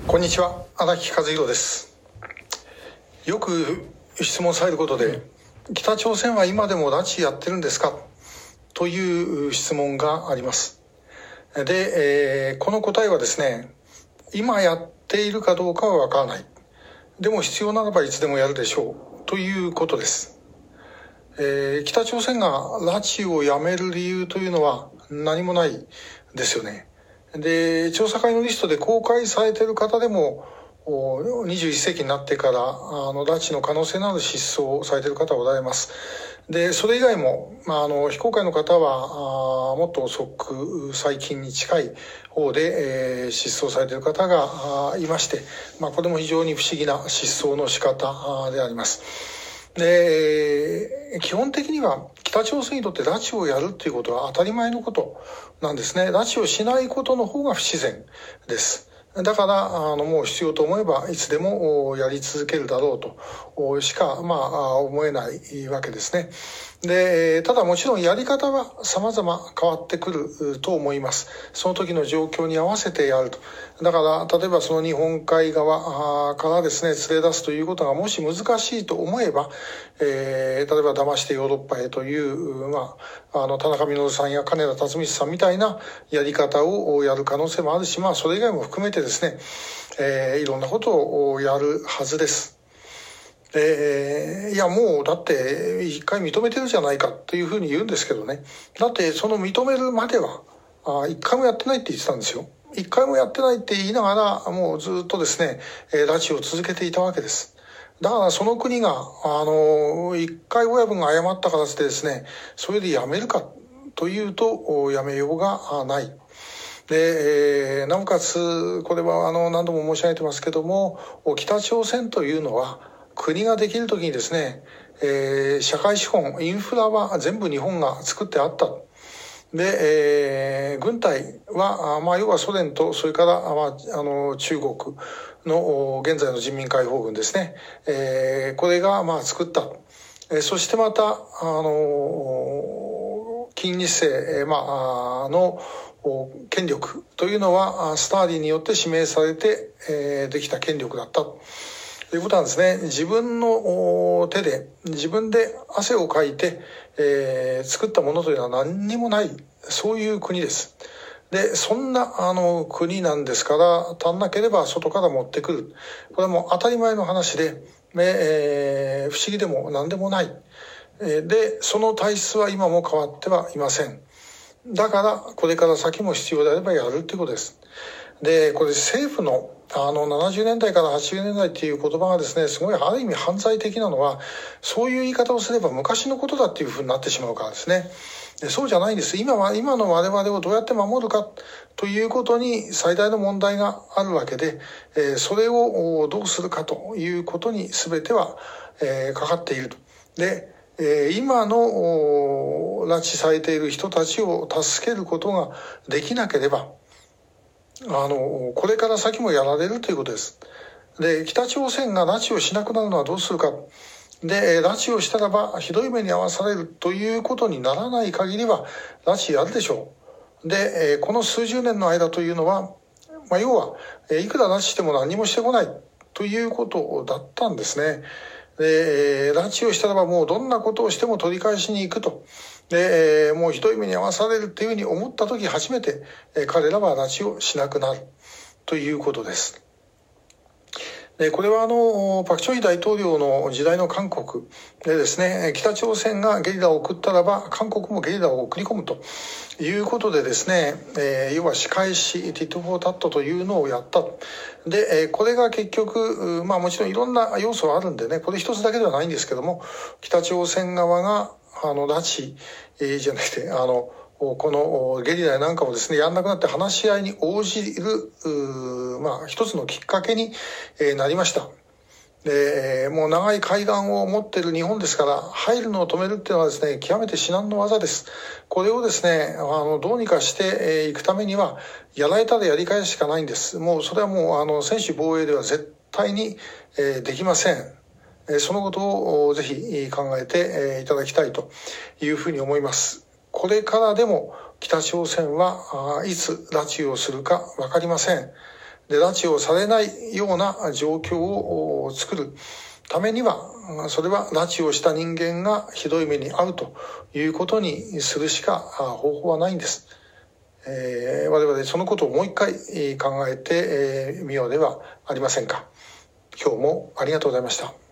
こんにちは、荒木和弘です。よく質問されることで、北朝鮮は今でも拉致やってるんですかという質問があります。で、この答えはですね、今やっているかどうかはわからない。でも必要ならばいつでもやるでしょうということです。北朝鮮が拉致をやめる理由というのは何もないですよね。で、調査会のリストで公開されている方でも21世紀になってから拉致の可能性のある失踪されている方がおられます。で、それ以外も、非公開の方はもっと遅く最近に近い方で、失踪されている方がいまして、これも非常に不思議な失踪の仕方であります。で、基本的には北朝鮮にとって拉致をやるということは当たり前のことなんですね。拉致をしないことの方が不自然です。だからもう必要と思えばいつでもやり続けるだろうとしか思えないわけですね。で、ただもちろんやり方は様々変わってくると思います。その時の状況に合わせてやると。だから例えばその日本海側からですね連れ出すということがもし難しいと思えば、例えば騙してヨーロッパへという田中稔さんや金田辰光さんみたいなやり方をやる可能性もあるし、それ以外も含めてですね、いろんなことをやるはずです。いやもうだって一回認めてるじゃないかというふうに言うんですけどね。だってその認めるまでは一回もやってないって言ってたんですよ。一回もやってないって言いながらもうずっとですね、拉致を続けていたわけです。だからその国が一回親分が謝ったからってですね、それでやめるかというとやめようがない。で、なおかつこれは何度も申し上げてますけども、北朝鮮というのは国ができるときにですね、社会資本、インフラは全部日本が作ってあった。で、軍隊は、要はソ連と、それから、中国の現在の人民解放軍ですね。これが、作った。そしてまた、金日成、の権力というのは、スターリンによって指名されて、できた権力だった。ということなんですね。自分の手で、自分で汗をかいて、作ったものというのは何にもない、そういう国です。で、そんな国なんですから、足んなければ外から持ってくる。これはもう当たり前の話で、不思議でも何でもない。で、その体質は今も変わってはいません。だから、これから先も必要であればやるということです。で、これ政府の70年代から80年代っていう言葉がですね、すごいある意味犯罪的なのは、そういう言い方をすれば昔のことだっていうふうになってしまうからですね。で、そうじゃないんです。今の我々をどうやって守るかということに最大の問題があるわけで、それをどうするかということに全ては、かかっていると。で、今の拉致されている人たちを助けることができなければ、これから先もやられるということです。で、北朝鮮が拉致をしなくなるのはどうするか。で、拉致をしたらばひどい目に遭わされるということにならない限りは、拉致やるでしょう。で、この数十年の間というのは、要は、いくら拉致しても何もしてこないということだったんですね。で、拉致をしたらばもうどんなことをしても取り返しに行くと。で、もうひどい目に遭わされるというふうに思ったとき初めて、彼らは拉致をしなくなるということです。で、これはパク・チョイ大統領の時代の韓国でですね、北朝鮮がゲリラを送ったらば、韓国もゲリラを送り込むということでですね、要は仕返し、ティット・フォー・タットというのをやった。で、これが結局、もちろんいろんな要素はあるんでね、これ一つだけではないんですけども、北朝鮮側が、拉致、じゃなくて、このゲリラなんかもですね、やんなくなって話し合いに応じる、一つのきっかけになりました。で、もう長い海岸を持っている日本ですから、入るのを止めるっていうのはですね、極めて至難の業です。これをですね、どうにかしていくためには、やられたらやり返すしかないんです。もう、それはもう、専守防衛では絶対にできません。そのことをぜひ考えていただきたいというふうに思います。これからでも北朝鮮はいつ拉致をするかわかりません。 で、拉致をされないような状況を作るためには、それは拉致をした人間がひどい目に遭うということにするしか方法はないんです。我々そのことをもう一回考えてみようではありませんか。今日もありがとうございました。